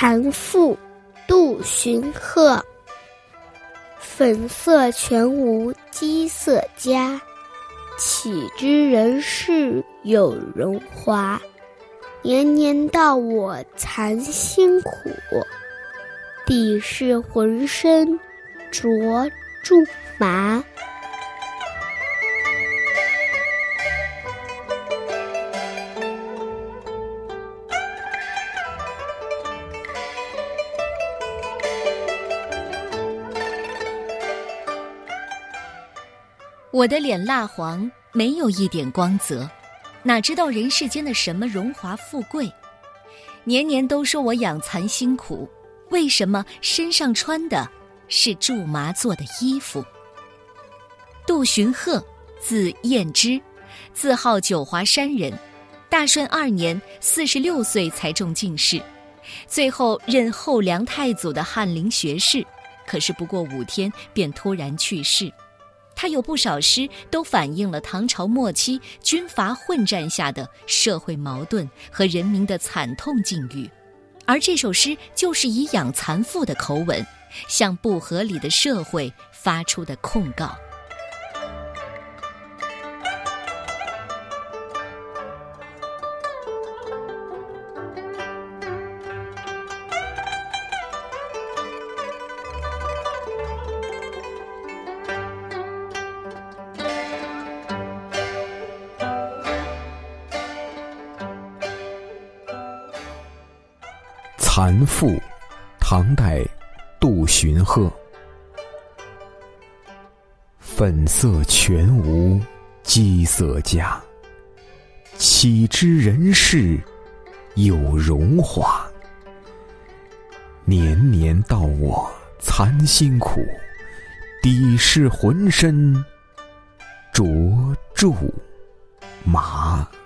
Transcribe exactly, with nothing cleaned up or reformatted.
蚕妇，杜荀鹤。粉色全无机色家，岂知人世有荣华。年年到我蚕辛苦，底是浑身着苎麻。 我的脸蜡黄，没有一点光泽，哪知道人世间的什么荣华富贵。年年都说我养蚕辛苦，为什么身上穿的是苎麻做的衣服？杜荀鹤，字彦之，自号九华山人。大顺二年，四十六岁才中进士，最后任后梁太祖的翰林学士，可是不过五天便突然去世。他有不少诗都反映了唐朝末期军阀混战下的社会矛盾和人民的惨痛境遇，而这首诗就是以养蚕妇的口吻，向不合理的社会发出的控告。 蚕妇，唐代，杜荀鹤。粉色全无机色家，岂知人世有荣华。年年到我蚕辛苦，底是浑身着苎麻。